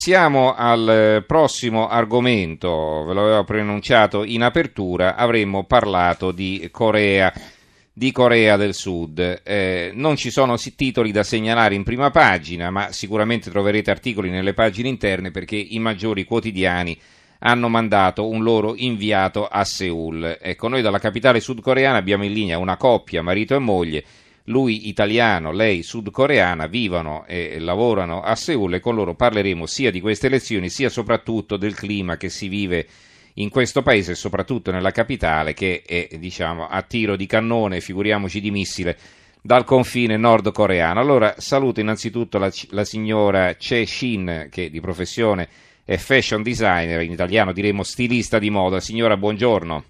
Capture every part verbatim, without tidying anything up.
Siamo al prossimo argomento, ve l'avevo preannunciato in apertura, avremmo parlato di Corea, di Corea del Sud. Eh, non ci sono titoli da segnalare in prima pagina, ma sicuramente troverete articoli nelle pagine interne perché i maggiori quotidiani hanno mandato un loro inviato a Seul. Ecco, noi dalla capitale sudcoreana abbiamo in linea una coppia, marito e moglie, lui italiano, lei sudcoreana, vivono e lavorano a Seul e con loro parleremo sia di queste elezioni sia soprattutto del clima che si vive in questo paese e soprattutto nella capitale che è, diciamo, a tiro di cannone, figuriamoci di missile, dal confine nordcoreano. Allora saluto innanzitutto la, la signora Che Shin, che di professione è fashion designer, in italiano diremo stilista di moda. Signora, buongiorno.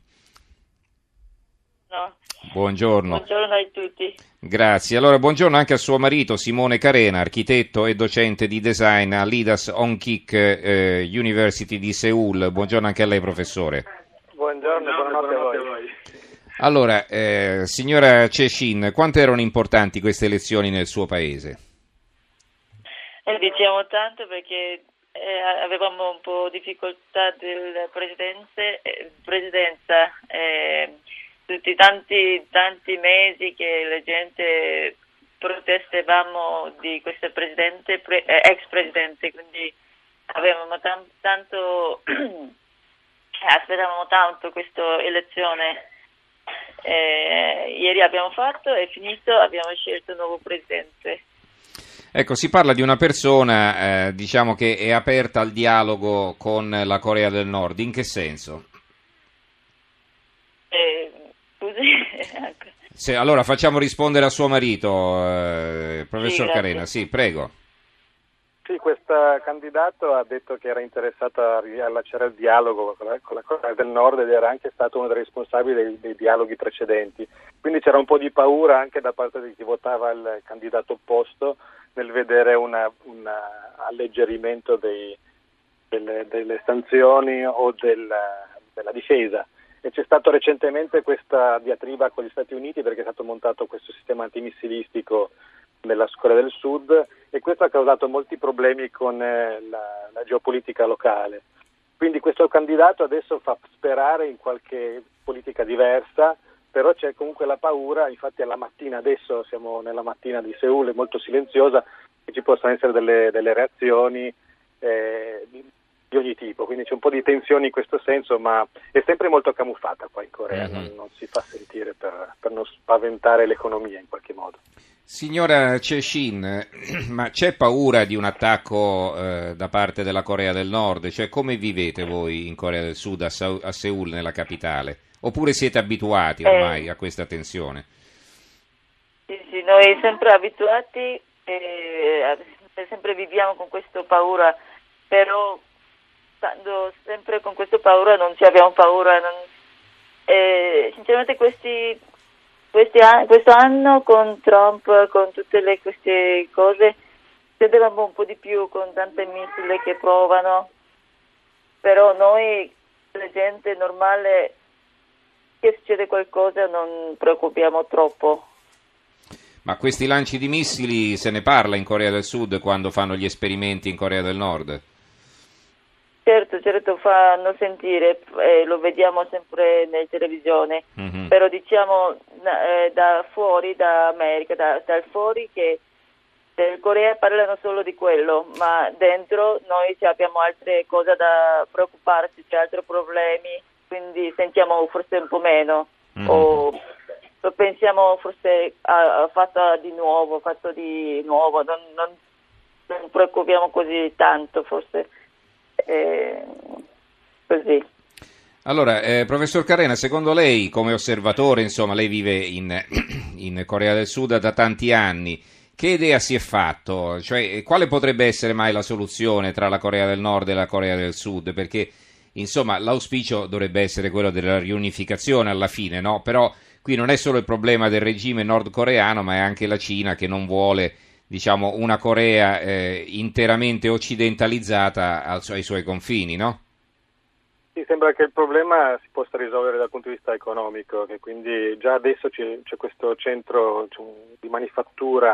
No. Buongiorno. Buongiorno a tutti. Grazie. Allora, buongiorno anche a suo marito Simone Carena, architetto e docente di design all'Idas Onkik eh, University di Seul. Buongiorno anche a lei, professore. Buongiorno, buonanotte, buonanotte a voi. Allora, eh, signora Ceshin, quanto erano importanti queste elezioni nel suo paese? Eh, diciamo tanto perché eh, avevamo un po' di difficoltà del presidente, eh, presidenza. Eh, tutti tanti tanti mesi che la gente protestavamo di questo presidente pre, eh, ex presidente, quindi avevamo tam, tanto aspettavamo tanto questa elezione. Eh, ieri abbiamo fatto, è finito, abbiamo scelto un nuovo presidente. Ecco, si parla di una persona eh, diciamo che è aperta al dialogo con la Corea del Nord. In che senso? Eh, Se, allora facciamo rispondere a suo marito, eh, professor sì, Carena, sì, prego. Sì, questo candidato ha detto che era interessato a riallacciare il dialogo con la, con la Corea del Nord ed era anche stato uno dei responsabili dei, dei dialoghi precedenti. Quindi c'era un po' di paura anche da parte di chi votava il candidato opposto nel vedere un alleggerimento dei, delle, delle sanzioni o del, della difesa. E c'è stato recentemente questa diatriba con gli Stati Uniti perché è stato montato questo sistema antimissilistico nella Corea del Sud e questo ha causato molti problemi con eh, la, la geopolitica locale. Quindi questo candidato adesso fa sperare in qualche politica diversa, però c'è comunque la paura, infatti alla mattina, adesso siamo nella mattina di Seul, è molto silenziosa, che ci possano essere delle, delle reazioni eh, di, di ogni tipo, quindi c'è un po' di tensione in questo senso, ma è sempre molto camuffata qua in Corea, mm-hmm. non, non si fa sentire per, per non spaventare l'economia in qualche modo. Signora Ceshin, ma c'è paura di un attacco eh, da parte della Corea del Nord? Cioè, come vivete voi in Corea del Sud, a, Sa- a Seul, nella capitale? Oppure siete abituati ormai eh, a questa tensione? Sì, sì, noi sempre abituati, eh, sempre viviamo con questa paura, però stando sempre con questa paura non ci abbiamo paura. Non, eh, sinceramente questi... Questi anni, questo anno con Trump, con tutte le, queste cose, credevamo un po' di più con tante missili che provano, però noi, la gente normale, se succede qualcosa non preoccupiamo troppo. Ma questi lanci di missili se ne parla in Corea del Sud quando fanno gli esperimenti in Corea del Nord? Certo, certo, fanno sentire, eh, lo vediamo sempre nella televisione, mm-hmm. però diciamo eh, da fuori, da America, da, da fuori che del Corea parlano solo di quello, ma dentro noi abbiamo altre cose da preoccuparci, c'è altri problemi, quindi sentiamo forse un po' meno, mm-hmm. o lo pensiamo forse a, a fatto di nuovo, fatto di nuovo, non, non, non preoccupiamo così tanto forse. Eh, così. Allora, eh, professor Carena, secondo lei, come osservatore, insomma, lei vive in, in Corea del Sud da tanti anni, che idea si è fatto? Cioè, quale potrebbe essere mai la soluzione tra la Corea del Nord e la Corea del Sud? Perché, insomma, l'auspicio dovrebbe essere quello della riunificazione alla fine, no? Però qui non è solo il problema del regime nordcoreano, ma è anche la Cina che non vuole, diciamo, una Corea eh, interamente occidentalizzata al, ai suoi confini, no? Sì, sembra che il problema si possa risolvere dal punto di vista economico, che quindi già adesso c'è, c'è questo centro c'è un, di manifattura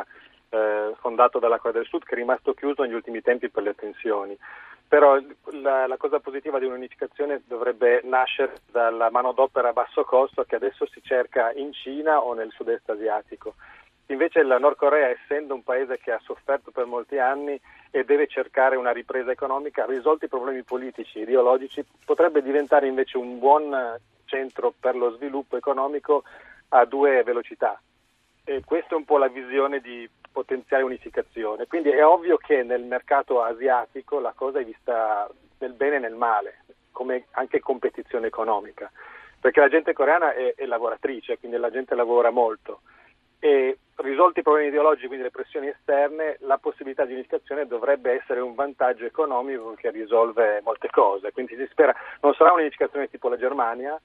eh, fondato dalla Corea del Sud, che è rimasto chiuso negli ultimi tempi per le tensioni. Però la, la cosa positiva di un'unificazione dovrebbe nascere dalla manodopera a basso costo che adesso si cerca in Cina o nel sud-est asiatico. Invece la Nord Corea, essendo un paese che ha sofferto per molti anni e deve cercare una ripresa economica, risolti i problemi politici, ideologici, potrebbe diventare invece un buon centro per lo sviluppo economico a due velocità. E questa è un po' la visione di potenziale unificazione. Quindi è ovvio che nel mercato asiatico la cosa è vista nel bene e nel male, come anche competizione economica, perché la gente coreana è, è lavoratrice, quindi la gente lavora molto. E risolti i problemi ideologici, quindi le pressioni esterne, la possibilità di unificazione dovrebbe essere un vantaggio economico che risolve molte cose. Quindi si spera non sarà un'unificazione tipo la Germania,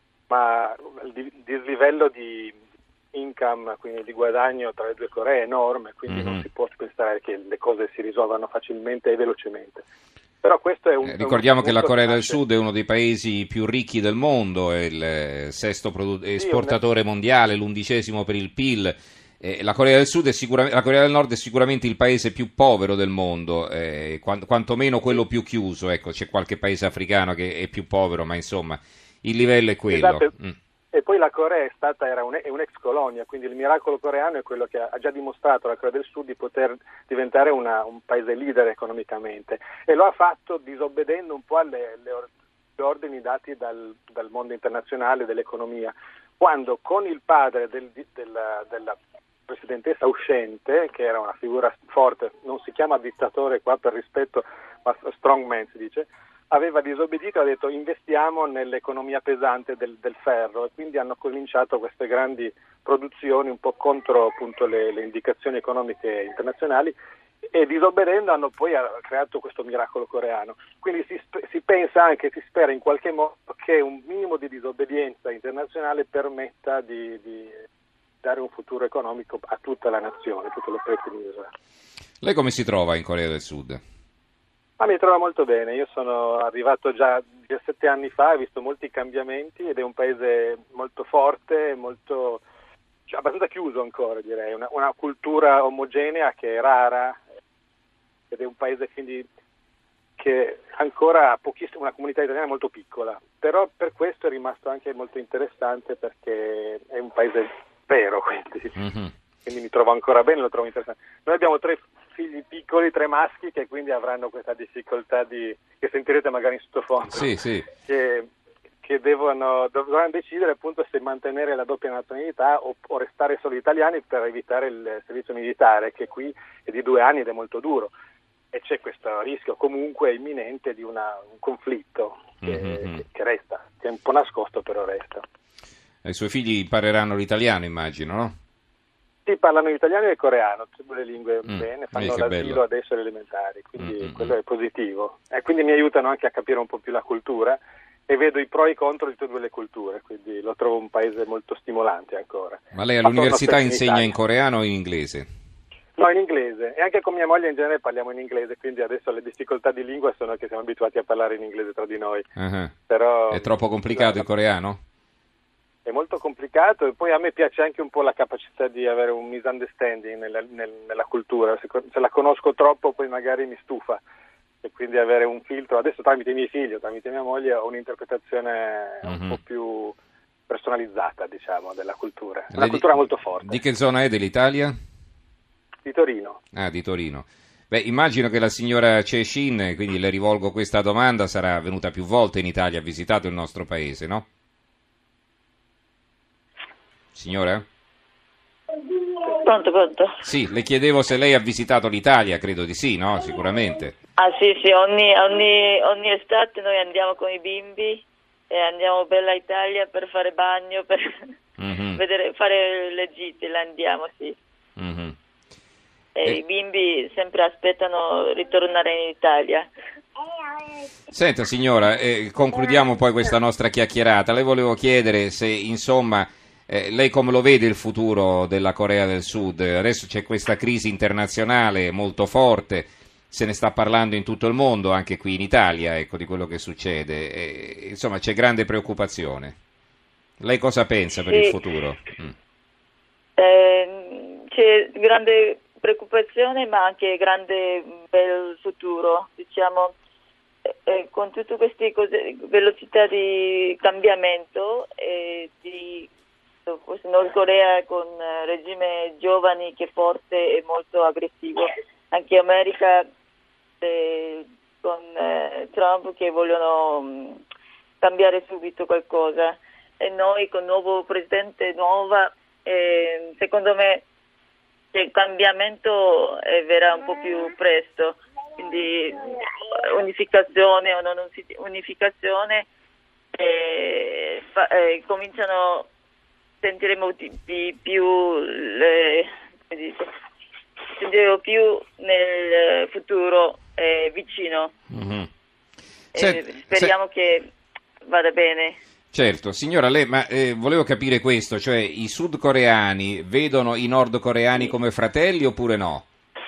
ma il dislivello di income, quindi di guadagno tra le due Coree è enorme, quindi mm-hmm. non si può pensare che le cose si risolvano facilmente e velocemente. Però questo è un, eh, ricordiamo un che la Corea del nasce... Sud è uno dei paesi più ricchi del mondo, è il sesto produ- esportatore sì, mondiale, l'undicesimo per il P I L. Eh, la Corea del Sud è sicuramente, la Corea del Nord è sicuramente il paese più povero del mondo, eh, quant- quantomeno quello più chiuso. Ecco, c'è qualche paese africano che è più povero, ma insomma il livello è quello. Esatto. Mm. E poi la Corea è stata era un, è un'ex colonia, quindi il miracolo coreano è quello che ha già dimostrato alla Corea del Sud di poter diventare una, un paese leader economicamente, e lo ha fatto disobbedendo un po' alle, alle ordini dati dal, dal mondo internazionale dell'economia, quando con il padre del, della, della presidentessa uscente, che era una figura forte, non si chiama dittatore qua per rispetto, ma strongman si dice, aveva disobbedito e ha detto investiamo nell'economia pesante del, del ferro, e quindi hanno cominciato queste grandi produzioni un po' contro appunto le, le indicazioni economiche internazionali, e disobbedendo hanno poi creato questo miracolo coreano. Quindi si, si pensa anche, si spera in qualche modo che un minimo di disobbedienza internazionale permetta di, di dare un futuro economico a tutta la nazione, tutto lo Stretto di Israele. Lei come si trova in Corea del Sud? Ah, mi trovo molto bene, io sono arrivato già diciassette anni fa, ho visto molti cambiamenti ed è un paese molto forte, molto, cioè, abbastanza chiuso ancora direi, una, una cultura omogenea che è rara, ed è un paese quindi che ancora ha pochissimo, una comunità italiana molto piccola, però per questo è rimasto anche molto interessante perché è un paese vero, quindi, mm-hmm. quindi mi trovo ancora bene, lo trovo interessante. Noi abbiamo tre figli piccoli, tre maschi, che quindi avranno questa difficoltà di, che sentirete magari in sottofondo, sì, sì. che, che devono, dovranno decidere appunto se mantenere la doppia nazionalità o, o restare solo italiani per evitare il servizio militare, che qui è di due anni ed è molto duro, e c'è questo rischio comunque imminente di una, un conflitto che, mm-hmm. che, che resta, che è un po' nascosto però resta. I suoi figli impareranno l'italiano, immagino, no? Sì, parlano italiano e coreano, tutte le lingue mm, bene, fanno l'asilo bello. adesso alle elementari, quindi mm, quello mm. è positivo. E quindi mi aiutano anche a capire un po' più la cultura e vedo i pro e i contro di tutte e due le culture, quindi lo trovo un paese molto stimolante ancora. Ma lei all'università insegna in coreano o in inglese? No, in inglese, e anche con mia moglie in genere parliamo in inglese, quindi adesso le difficoltà di lingua sono che siamo abituati a parlare in inglese tra di noi. Uh-huh. Però, è troppo complicato no, il coreano? È molto complicato, e poi a me piace anche un po' la capacità di avere un misunderstanding nella, nel, nella cultura, se, se la conosco troppo poi magari mi stufa, e quindi avere un filtro, adesso tramite i miei figli, tramite mia moglie ho un'interpretazione mm-hmm. un po' più personalizzata, diciamo, della cultura, una di, cultura molto forte. Di che zona è dell'Italia? Di Torino. Ah, di Torino. Beh, immagino che la signora Ceshin, quindi le rivolgo questa domanda, sarà venuta più volte in Italia, ha visitato il nostro paese, no? Signora? Pronto, pronto? Sì, le chiedevo se lei ha visitato l'Italia, credo di sì, no? Sicuramente. Ah sì, sì, ogni, ogni, ogni estate noi andiamo con i bimbi e andiamo per l'Italia per fare bagno, per mm-hmm. vedere, fare le gite, la andiamo, sì. Mm-hmm. E, e i bimbi sempre aspettano ritornare in Italia. Senta signora, eh, concludiamo poi questa nostra chiacchierata. Le volevo chiedere se insomma eh, lei come lo vede il futuro della Corea del Sud? Adesso c'è questa crisi internazionale molto forte, se ne sta parlando in tutto il mondo, anche qui in Italia, ecco, di quello che succede. E, insomma c'è grande preoccupazione. Lei cosa pensa per sì. il futuro? Mm. Eh, c'è grande preoccupazione ma anche grande bel futuro, diciamo, eh, con tutte queste cose, velocità di cambiamento e di Nord Corea con regime giovani che è forte e molto aggressivo, anche America eh, con eh, Trump che vogliono mh, cambiare subito qualcosa, e noi con nuovo presidente nuova, eh, secondo me il cambiamento eh, verrà un po' più presto, quindi unificazione o non unificazione, eh, fa, eh, cominciano, sentiremo di, di più le, come dice, sentiremo più nel futuro eh, vicino. Mm-hmm. Se, eh, speriamo se... che vada bene. Certo, signora, lei, ma eh, volevo capire questo, cioè i sudcoreani vedono i nordcoreani sì. come fratelli oppure no?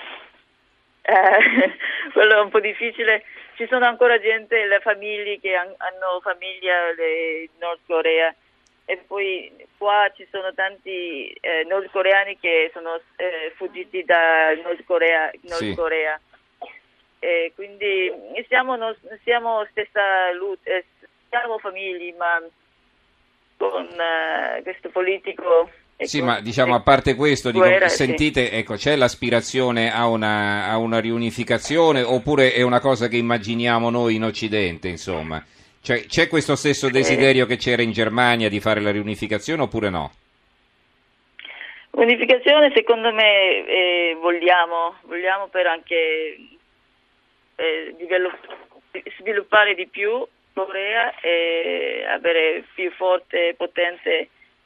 Eh, quello è un po' difficile, ci sono ancora gente, le famiglie che han, hanno famiglia in Nord Corea, e poi qua ci sono tanti eh, nordcoreani che sono eh, fuggiti da Nord Corea, Nord sì. Corea. E quindi siamo, no, siamo stessa luce, eh, siamo famiglie, ma con uh, questo politico. Sì, ma diciamo a parte questo, dico, guerra, sentite, sì. ecco, c'è l'aspirazione a una, a una riunificazione oppure è una cosa che immaginiamo noi in Occidente, insomma? Cioè, c'è questo stesso desiderio che c'era in Germania di fare la riunificazione oppure no? Unificazione secondo me eh, vogliamo, vogliamo per anche eh, sviluppare di più Corea e avere più forte potenza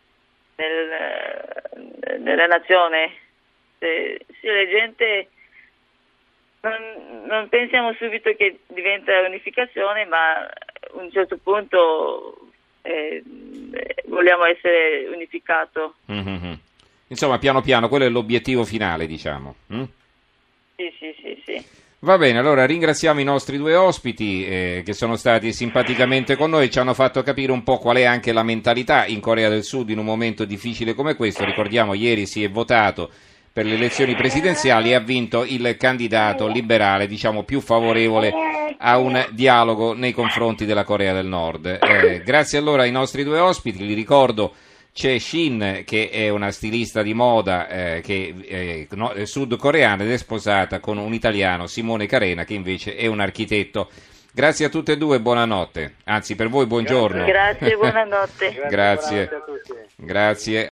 nel, nella nazione. Se, se la gente non, non pensiamo subito che diventa unificazione, ma a un certo punto eh, vogliamo essere unificato. Mm-hmm. Insomma, piano piano, quello è l'obiettivo finale, diciamo. Mm? Sì, sì, sì, sì. Va bene, allora ringraziamo i nostri due ospiti eh, che sono stati simpaticamente con noi, ci hanno fatto capire un po' qual è anche la mentalità in Corea del Sud in un momento difficile come questo. Ricordiamo, ieri si è votato per le elezioni presidenziali e ha vinto il candidato liberale, diciamo, più favorevole a un dialogo nei confronti della Corea del Nord. Eh, grazie allora ai nostri due ospiti, li ricordo. C'è Shin, che è una stilista di moda eh, che è no, sudcoreana ed è sposata con un italiano, Simone Carena, che invece è un architetto. Grazie a tutte e due, buonanotte. Anzi, per voi buongiorno. Grazie, buonanotte. Grazie. Grazie. Grazie.